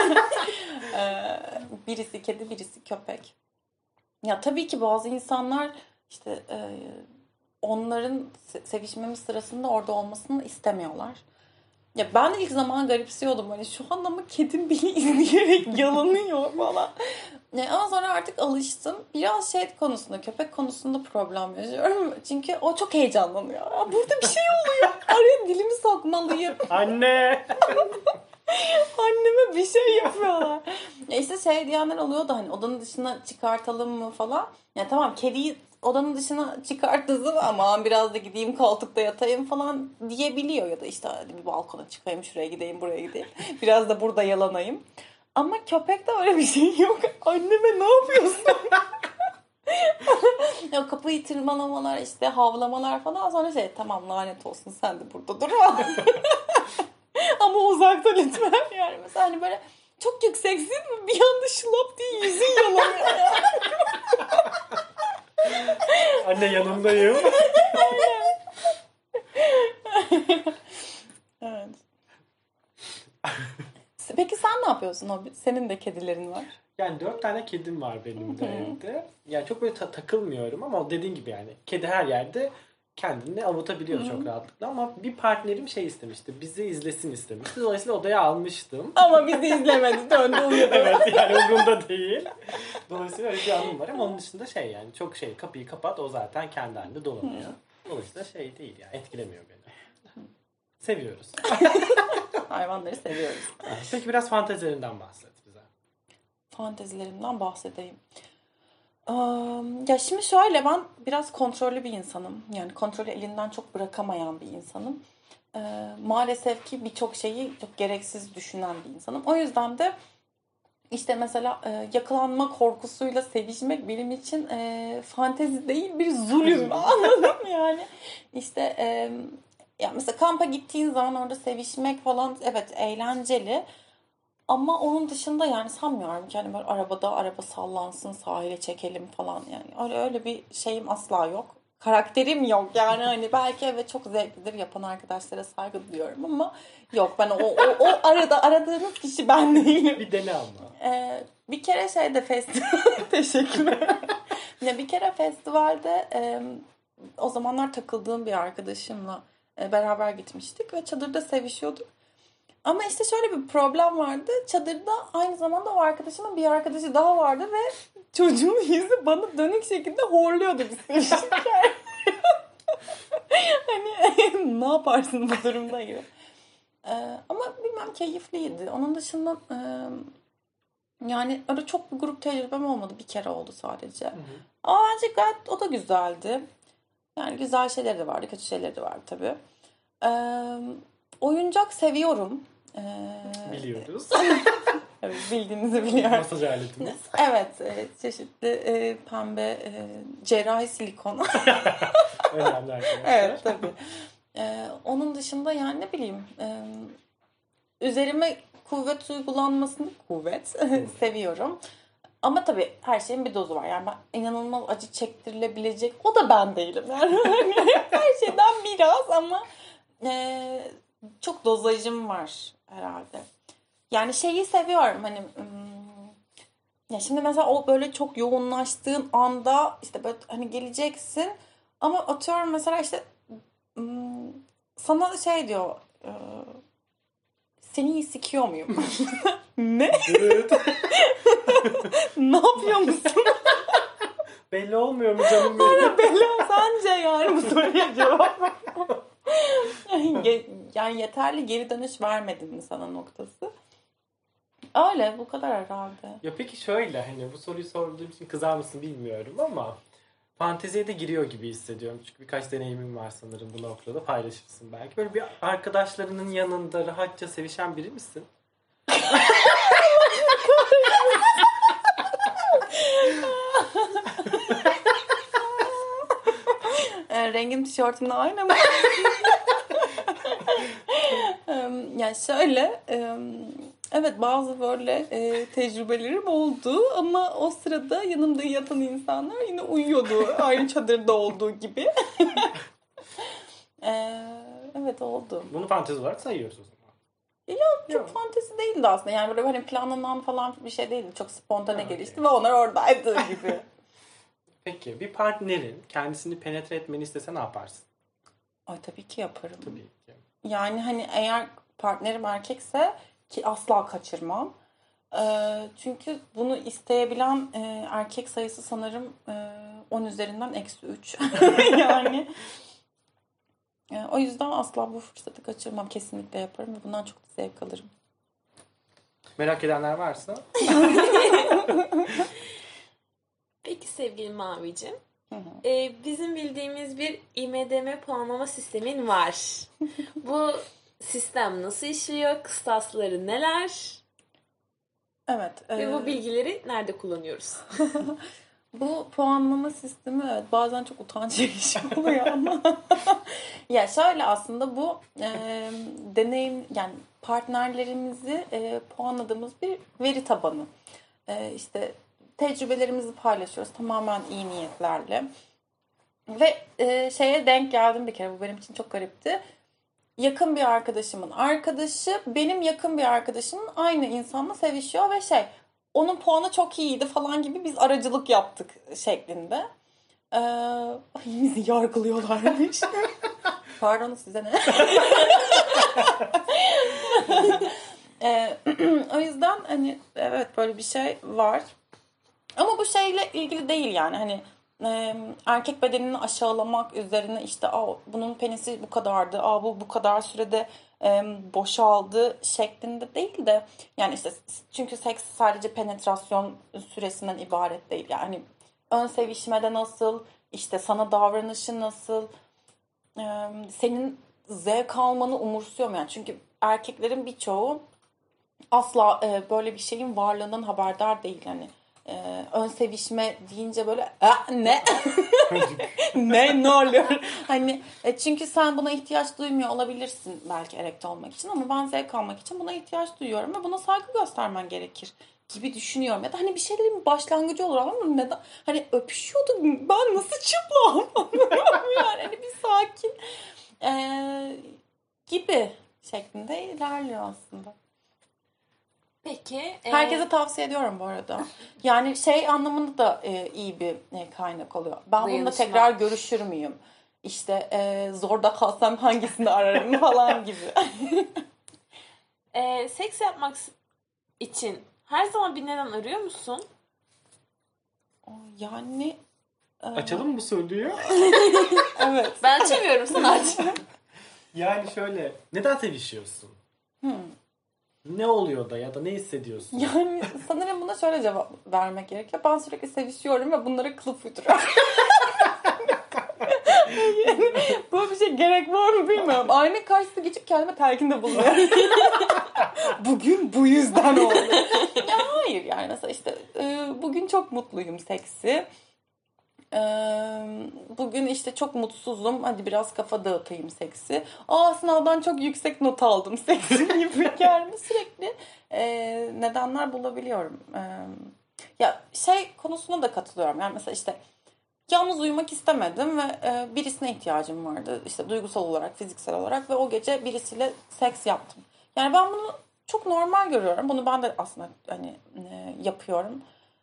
Birisi kedi, birisi köpek. Ya tabii ki bazı insanlar işte onların sevişmemiz sırasında orada olmasını istemiyorlar. Ya ben de ilk zaman garipsiyordum. Hani şu anda mı kedim beni izleyerek yalanıyor falan. Ama sonra artık alıştım. Biraz şey konusunda, köpek konusunda problem yaşıyorum. Çünkü o çok heyecanlanıyor. Burada bir şey oluyor. Araya dilimi sokmalıyım. Anne! Anneme bir şey yapıyorlar. İşte şey diyenler oluyor da hani odanın dışına çıkartalım mı falan. Ya tamam, kediyi odanın dışına çıkarttınız ama biraz da gideyim koltukta yatayım falan diyebiliyor. Ya da işte hadi bir balkona çıkayım, şuraya gideyim, buraya gideyim. Biraz da burada yalanayım. Ama köpekte öyle bir şey yok. Anneme ne yapıyorsun? Ya kapıyı tırmalamalar, işte havlamalar falan. Sonra şey, tamam lanet olsun sen de burada dur. Ama uzakta lütfen. Yani mesela hani böyle çok yükseksin, bir anda şılap diye yüzün yalanıyor. Anne yanındayım. Evet. Peki sen ne yapıyorsun? Senin de kedilerin var. Yani 4 tane kedim var benim de evde. Yani çok böyle takılmıyorum ama dediğin gibi yani kedi her yerde kendini avutabiliyor çok rahatlıkla ama bir partnerim şey istemişti. Bizi izlesin istemişti. Dolayısıyla odaya almıştım. Ama bizi izlemedi. Döndü uyudu. Evet yani umurumda değil. Dolayısıyla öyle bir anım var ama onun dışında şey yani çok şey kapıyı kapat o zaten kendi halinde dolanıyor. Dolayısıyla şey değil yani etkilemiyor beni. Seviyoruz. Hayvanları seviyoruz. Peki biraz fantezilerinden bahset bize. Fantezilerimden bahsedeyim. Ya şimdi şöyle, ben biraz kontrollü bir insanım. Yani kontrolü elinden çok bırakamayan bir insanım. Maalesef ki birçok şeyi çok gereksiz düşünen bir insanım. O yüzden de işte mesela yakalanma korkusuyla sevişmek benim için fantezi değil, bir zulüm. Anladın mı yani? İşte ya mesela kampa gittiğin zaman orada sevişmek falan evet eğlenceli. Ama onun dışında yani sanmıyorum ki hani böyle araba sallansın, sahile çekelim falan yani. Öyle bir şeyim asla yok. Karakterim yok yani hani belki evet çok zevklidir, yapan arkadaşlara saygı duyuyorum ama yok, ben o aradığınız kişi ben değilim. Bir dene ama. Bir kere teşekkürler. Ya bir kere festivalde o zamanlar takıldığım bir arkadaşımla beraber gitmiştik ve çadırda sevişiyorduk. Ama işte şöyle bir problem vardı. Çadırda aynı zamanda o arkadaşımın bir arkadaşı daha vardı ve çocuğun yüzü bana dönük şekilde horluyordu biz sevişirken. Hani ne yaparsın bu durumda gibi. Ama bilmem, keyifliydi. Onun dışında yani öyle çok bir grup tecrübem olmadı. Bir kere oldu sadece. Ama bence gayet o da güzeldi. Yani güzel şeyleri de vardı, kötü şeyleri de vardı tabii. Oyuncak seviyorum. Biliyoruz. Evet, bildiğinizi biliyorum. Masaj aletimiz. Evet, çeşitli pembe cerrahi silikon. Önemli arkadaşlar. Evet tabii. Onun dışında yani ne bileyim, üzerime kuvvet uygulanmasını seviyorum. Ama tabii her şeyin bir dozu var. Yani ben inanılmaz acı çektirilebilecek, o da ben değilim. Yani her şeyden biraz ama çok dozajım var herhalde. Yani şeyi seviyorum hani ya şimdi mesela o böyle çok yoğunlaştığın anda işte böyle hani geleceksin ama atıyorum mesela işte sana şey diyor, seni iyi sikiyor muyum? Ne? Evet. Ne yapıyor musun? Belli olmuyor mu canım benim? Belli sence yani bu soruya cevap. Yani yeterli geri dönüş vermedin mi sana noktası? Öyle, bu kadar herhalde. Ya peki şöyle hani bu soruyu sorduğum için kızar mısın bilmiyorum ama fanteziye de giriyor gibi hissediyorum. Çünkü birkaç deneyimim var sanırım bu noktada, paylaşırsın belki. Böyle bir arkadaşlarının yanında rahatça sevişen biri misin? Rengim tişörtümle aynı mı? Yani şöyle, evet bazı böyle tecrübelerim oldu ama o sırada yanımda yatan insanlar yine uyuyordu. Aynı çadırda olduğu gibi. Evet, oldu. Bunu fantezi olarak sayıyoruz o zaman. Çok fantezi değildi aslında. Yani böyle hani planlanan falan bir şey değildi. Çok spontane gelişti ve onlar oradaydı gibi. Peki bir partnerin kendisini penetre etmeni istese ne yaparsın? Ay tabii ki yaparım. Tabii ki. Yani hani eğer partnerim erkekse ki asla kaçırmam. Çünkü bunu isteyebilen erkek sayısı sanırım 10 üzerinden -3. Yani o yüzden asla bu fırsatı kaçırmam. Kesinlikle yaparım ve bundan çok da zevk alırım. Merak edenler varsa. Peki sevgili Mavicim. Bizim bildiğimiz bir IMDb puanlama sistemin var. Bu sistem nasıl işliyor? Kıstasları neler? Evet. Ve bu bilgileri nerede kullanıyoruz? Bu puanlama sistemi evet bazen çok utanç verici oluyor ama ya şöyle, aslında bu deneyim, yani partnerlerimizi puanladığımız bir veri tabanı. İşte tecrübelerimizi paylaşıyoruz tamamen iyi niyetlerle. Ve şeye denk geldim bir kere, bu benim için çok garipti. Yakın bir arkadaşımın arkadaşı benim yakın bir arkadaşımın aynı insanla sevişiyor ve onun puanı çok iyiydi falan gibi biz aracılık yaptık şeklinde. Bizi yargılıyorlarmış. Pardon, size ne? O yüzden hani evet, böyle bir şey var. Ama bu şeyle ilgili değil yani. Hani erkek bedenini aşağılamak üzerine işte bunun penisi bu kadardı, bu kadar sürede boşaldı şeklinde değil de, yani işte çünkü seks sadece penetrasyon süresinden ibaret değil. Yani ön sevişmede nasıl, işte sana davranışı nasıl, senin zevk almanı umursuyor mu yani? Çünkü erkeklerin birçoğu asla böyle bir şeyin varlığından haberdar değil. Yani ön sevişme deyince böyle ne? ne oluyor? Hani çünkü sen buna ihtiyaç duymuyor olabilirsin belki erekte olmak için, ama ben zevk almak için buna ihtiyaç duyuyorum ve buna saygı göstermen gerekir gibi düşünüyorum. Ya da hani bir şeylerin başlangıcı olur, ama neden? Hani öpüşüyorduk, ben nasıl çıplağım? Yani hani bir sakin gibi şeklinde ilerliyor aslında. Peki. Herkese tavsiye ediyorum bu arada. Yani şey anlamında da iyi bir kaynak oluyor. Ben bununla Dayanışma. tekrar görüşür müyüm? İşte zorda kalsam hangisini ararım falan gibi. Seks yapmak için her zaman bir neden arıyor musun? Yani Açalım mı bu soruyu? evet. Ben açamıyorum, sen aç. Yani şöyle, neden sevişiyorsun? Ne oluyor da ya da ne hissediyorsun? Yani sanırım buna şöyle cevap vermek gerekiyor. Ben sürekli sevişiyorum ve bunlara kılıf uyduruyorum. Bu bir şey gerek var mı bilmiyorum. Ayna karşısında geçip kendime telkinde bulunuyorum. Bugün bu yüzden oldu. Ya hayır, yani mesela işte bugün çok mutluyum seksi. Bugün işte çok mutsuzum. Hadi biraz kafa dağıtayım seksi. Sınavdan çok yüksek not aldım seksi gibi. Yani sürekli nedenler bulabiliyorum. Ya şey konusuna da katılıyorum. Yani mesela işte yalnız uyumak istemedim ve birisine ihtiyacım vardı. İşte duygusal olarak, fiziksel olarak, ve o gece birisiyle seks yaptım. Yani ben bunu çok normal görüyorum. Bunu ben de aslında hani yapıyorum.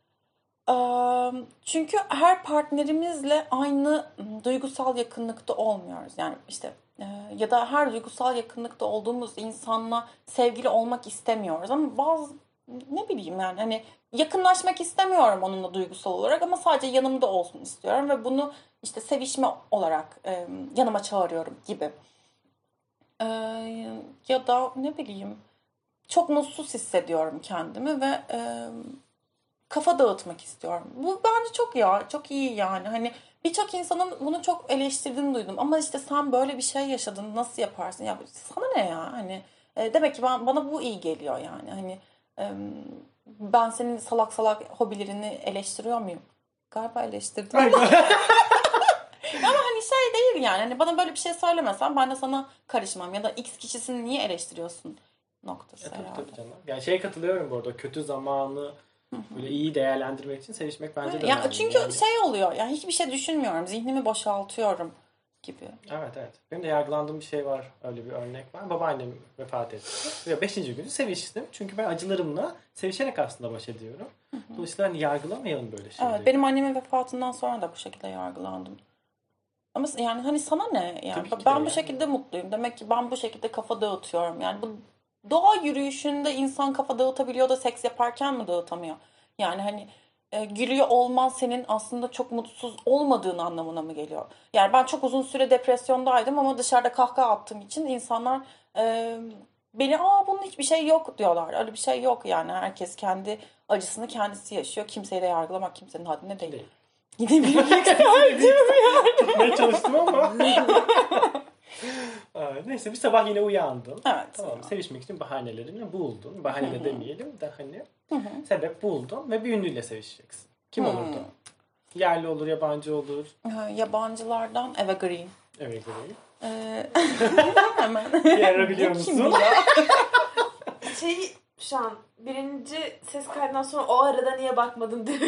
Çünkü her partnerimizle aynı duygusal yakınlıkta olmuyoruz. Yani işte ya da her duygusal yakınlıkta olduğumuz insanla sevgili olmak istemiyoruz. Ama bazı, ne bileyim yani, hani yakınlaşmak istemiyorum onunla duygusal olarak, ama sadece yanımda olsun istiyorum ve bunu işte sevişme olarak yanıma çağırıyorum gibi. Ya da ne bileyim, çok mutsuz hissediyorum kendimi ve kafa dağıtmak istiyorum. Bu bence çok iyi yani. Hani birçok insanın bunu çok eleştirdiğini duydum. Ama işte sen böyle bir şey yaşadın, nasıl yaparsın? Ya sana ne ya? Hani demek ki bana bu iyi geliyor yani. Hani ben senin salak salak hobilerini eleştiriyor muyum? Galiba eleştirdim. Ama hani şey değil yani. Hani bana böyle bir şey söylemesen ben de sana karışmam. Ya da X kişisini niye eleştiriyorsun noktası herhalde. Tabii canım. Yani şeye katılıyorum bu arada. Kötü zamanı böyle iyi değerlendirmek için sevişmek bence de Ya önemli. çünkü Yani, şey oluyor. Yani hiçbir şey düşünmüyorum. Zihnimi boşaltıyorum gibi. evet. Benim de yargılandığım bir şey var. Öyle bir örnek var. Babaannem vefat etti. Ve 5. günü seviştim. Çünkü ben acılarımla sevişerek aslında baş ediyorum. Dolayısıyla hani yargılamayalım böyle şeyleri. Evet, benim annemin vefatından sonra da bu şekilde yargılandım. Ama yani hani sana ne? Yani Tabii ki de ben bu yani. şekilde mutluyum. Demek ki ben bu şekilde kafa dağıtıyorum. Yani bu doğa yürüyüşünde insan kafa dağıtabiliyor da seks yaparken mi dağıtamıyor? Yani hani gülüyor olman senin aslında çok mutsuz olmadığın anlamına mı geliyor? Yani ben çok uzun süre depresyondaydım ama dışarıda kahkaha attığım için insanlar beni bunun hiçbir şey yok diyorlar. Öyle bir şey yok yani. Herkes kendi acısını kendisi yaşıyor. Kimseyi de yargılamak kimsenin haddine değil. Değil. Yine bir yükseldim yani. Tutmaya çalıştım ama. Neyse bir sabah yine uyandın. Evet. Tamam, sevişmek için bahanelerini buldun. Bahane de demeyelim de hani sebep buldun ve bir ünlüyle sevişeceksin. Kim olurdu? Yerli olur, yabancı olur. Yabancılardan Eva Green. Evet, evet. Hemen. Bir ara biliyor musun? Şu an birinci ses kaydından sonra o arada niye bakmadın diyor.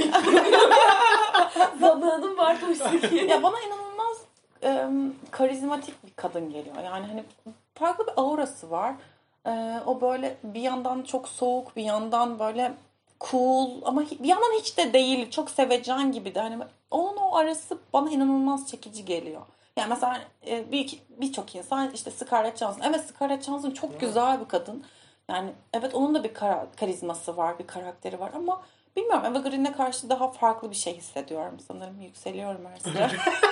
Zamanım var bu Ya bana inanılmaz karizmatik bir kadın geliyor. Yani hani farklı bir aurası var. O böyle bir yandan çok soğuk, bir yandan böyle cool ama bir yandan hiç de değil. Çok sevecen gibi de. Hani onun o arası bana inanılmaz çekici geliyor. Yani mesela birçok insan işte Scarlett Johansson. Evet, Scarlett Johansson çok güzel bir kadın. Yani evet, onun da bir karizması var, bir karakteri var ama bilmiyorum, Eva Green'e karşı daha farklı bir şey hissediyorum. Sanırım yükseliyorum her sıra.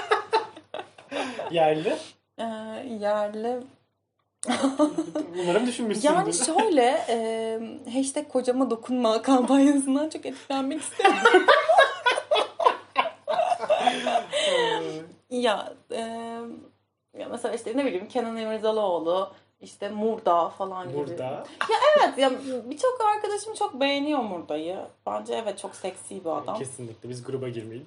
Yerli. Yerli. Umarım düşünmüşsündür. Yani şöyle hashtag kocama dokunma kampanyasından çok etkilenmek istemiyorum. ya mesela işte ne bileyim Kenan İmirzalıoğlu, işte Murda falan gibi. Burada. Ya evet, ya birçok arkadaşım çok beğeniyor Murda'yı. Bence evet, çok seksi bir adam. Kesinlikle. Biz gruba girmeyiz.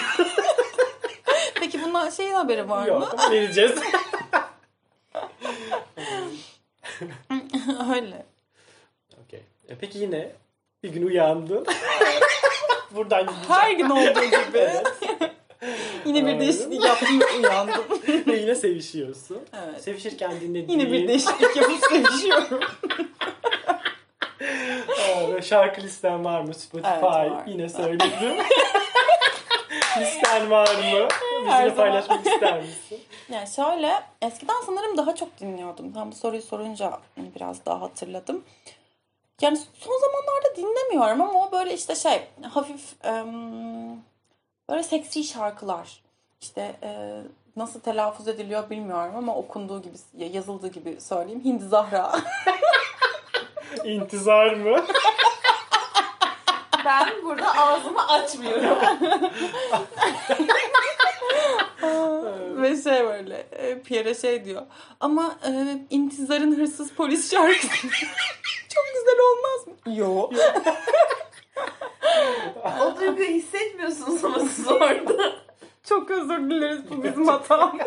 Peki bundan şeyin haberi var mı? Yok, vereceğiz. Öyle. Okay. Peki yine bir gün uyandın. Buradan gideceğim. Her gün olduğu gibi. Evet. Yine bir değişiklik yaptım, uyandım. Ve yine sevişiyorsun. Evet. Sevişirken dinlediğin... Yine bir değişiklik yapıp sevişiyorum. Ve şarkı listen var mı? Spotify. Evet, var. Yine söyledim. Listen var mı? Bizimle Her paylaşmak ister misin? Yani şöyle, eskiden sanırım daha çok dinliyordum. Tam bu soruyu sorunca biraz daha hatırladım. Yani son zamanlarda dinlemiyorum ama o böyle işte hafif böyle seksi şarkılar. İşte nasıl telaffuz ediliyor bilmiyorum ama okunduğu gibi, yazıldığı gibi söyleyeyim. Hindi Zahra. İntizar mı? Ben burada ağzımı açmıyorum. Ve böyle Pierre diyor. Ama İntizar'ın hırsız polis şarkısı çok güzel olmaz mı? Yok. O duyguyu hissetmiyorsunuz ama siz orada. Çok özür dileriz, bu bizim hatamız.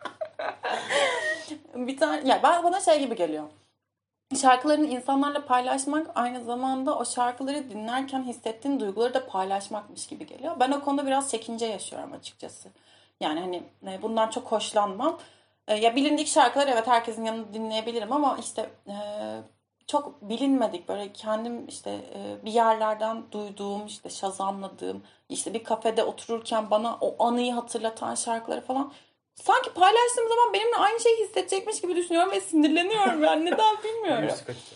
Bir tane bana şey gibi geliyor. Şarkılarını insanlarla paylaşmak aynı zamanda o şarkıları dinlerken hissettiğin duyguları da paylaşmakmış gibi geliyor. Ben o konuda biraz çekince yaşıyorum açıkçası. Yani hani bundan çok hoşlanmam. Ya bilindik şarkılar evet, herkesin yanında dinleyebilirim ama işte çok bilinmedik, böyle kendim işte bir yerlerden duyduğum, işte şazamladığım, işte bir kafede otururken bana o anıyı hatırlatan şarkıları falan sanki paylaştığım zaman benimle aynı şeyi hissedecekmiş gibi düşünüyorum ve sinirleniyorum, yani neden bilmiyorum.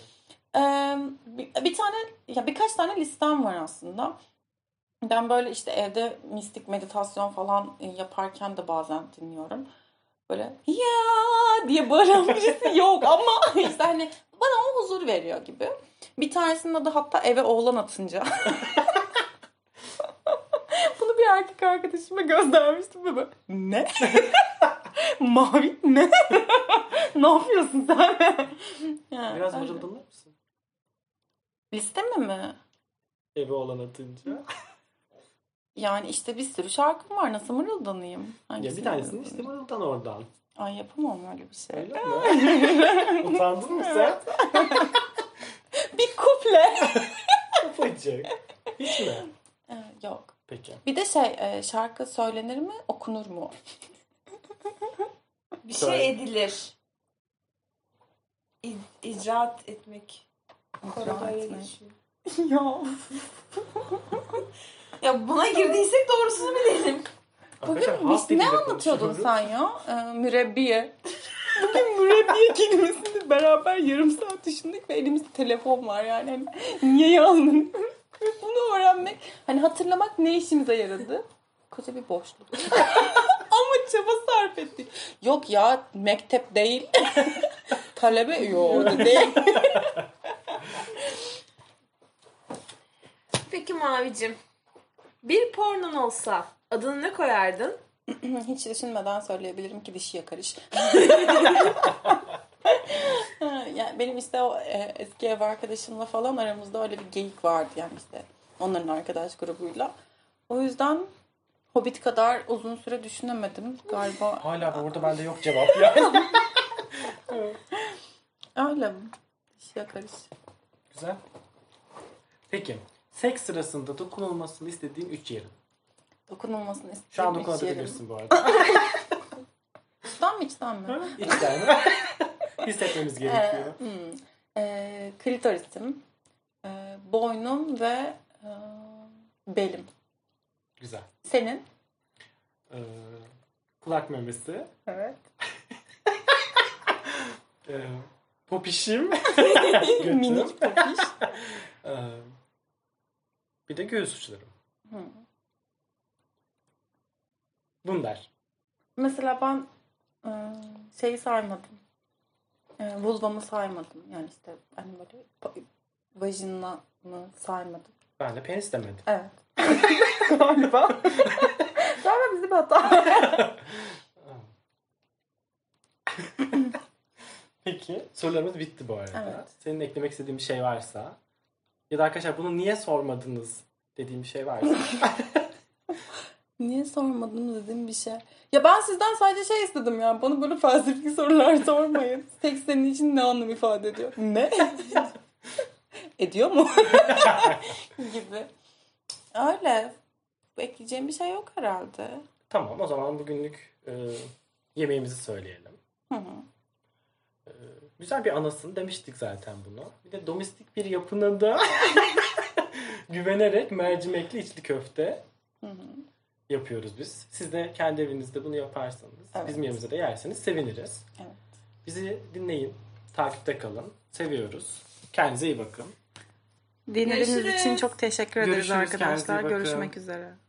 Birkaç tane listem var aslında. Ben böyle işte evde mistik meditasyon falan yaparken de bazen dinliyorum. Böyle ya diye bağıran birisi yok ama işte hani bana o huzur veriyor gibi. Bir tanesinin adı hatta Eve Oğlan Atınca. Bunu bir erkek arkadaşıma göstermiştim ve böyle ne? Mavi ne? Ne yapıyorsun sen? Yani, biraz öyle. mırıldanır mısın? Listeme mi? Eve olan atınca. Yani işte bir sürü şarkım var. Nasıl mırıldanayım? Ya bir tanesini işte mırıldan oradan. Ay, yapamam öyle bir şey. Öyle mi? Utandın mı sen? Bir kuple. Ufacık. Hiç mi? Yok. Peki. Bir de şarkı söylenir mi, okunur mu? Bir şey edilir. İcraat etmek. İcra etmek. geçiyor. Ya. Ya buna girdiysek doğrusunu bilelim. Bugün ne anlatıyordun sen ya? Mürebbiye. Bugün mürebbiye kelimesini beraber yarım saat düşündük ve elimizde telefon var yani. Hani niye yazdın? Bunu öğrenmek, hani hatırlamak ne işimize yaradı? Koca bir boşluk. Ama çaba sarf ettik. Yok ya, mektep değil. Talebe yok değil. Peki Mavicim. Bir pornon olsa adını ne koyardın? Hiç düşünmeden söyleyebilirim ki dişi yakarış. Yani benim işte o eski ev arkadaşımla falan aramızda öyle bir geyik vardı yani, işte onların arkadaş grubuyla. O yüzden Hobbit kadar uzun süre düşünemedim galiba. Hala orada bende yok cevap yani. Öyle mi? Dişi yakarış. Güzel. Peki. Seks sırasında dokunulmasını istediğin 3 yerin. Dokunulmasını istediğim Şu an üç yerim. dokunabilirsin bu arada. İçten mi içten mi? İçten. Hissetmemiz gerekiyor. Klitorisim, boynum ve Belim. Güzel. Senin? Kulak memesi. Evet. Popişim. Minik popiş. Bir de göğüs uçlarım. Bunlar. Mesela ben şeyi saymadım. Vulvamı saymadım. Yani işte hani böyle vajinamı saymadım. Ben de penis demedim. Evet. Galiba. Galiba bizim hata. Peki. Sorularımız bitti bu arada. Evet. Senin eklemek istediğin bir şey varsa ya da arkadaşlar bunu niye sormadınız dediğim bir şey varsa. Niye sormadım dediğim bir şey. Ya ben sizden sadece şey istedim ya. Bana böyle felsefik sorular sormayın. Seks senin için ne anlam ifade ediyor? Ne? Ediyor mu? gibi. Öyle. Ekleyeceğim bir şey yok herhalde. Tamam, o zaman bugünlük yemeğimizi söyleyelim. Hı. Güzel bir anasını demiştik zaten bunu. Bir de domestik bir yapına da güvenerek mercimekli içli köfte yapıyoruz biz. Siz de kendi evinizde bunu yaparsanız, bizim yerimizde de yerseniz seviniriz. Evet. Bizi dinleyin, takipte kalın. Seviyoruz. Kendinize iyi bakın. Dinlediğiniz için çok teşekkür ederiz Görüşürüz, kendinize iyi arkadaşlar. bakın. Görüşmek üzere.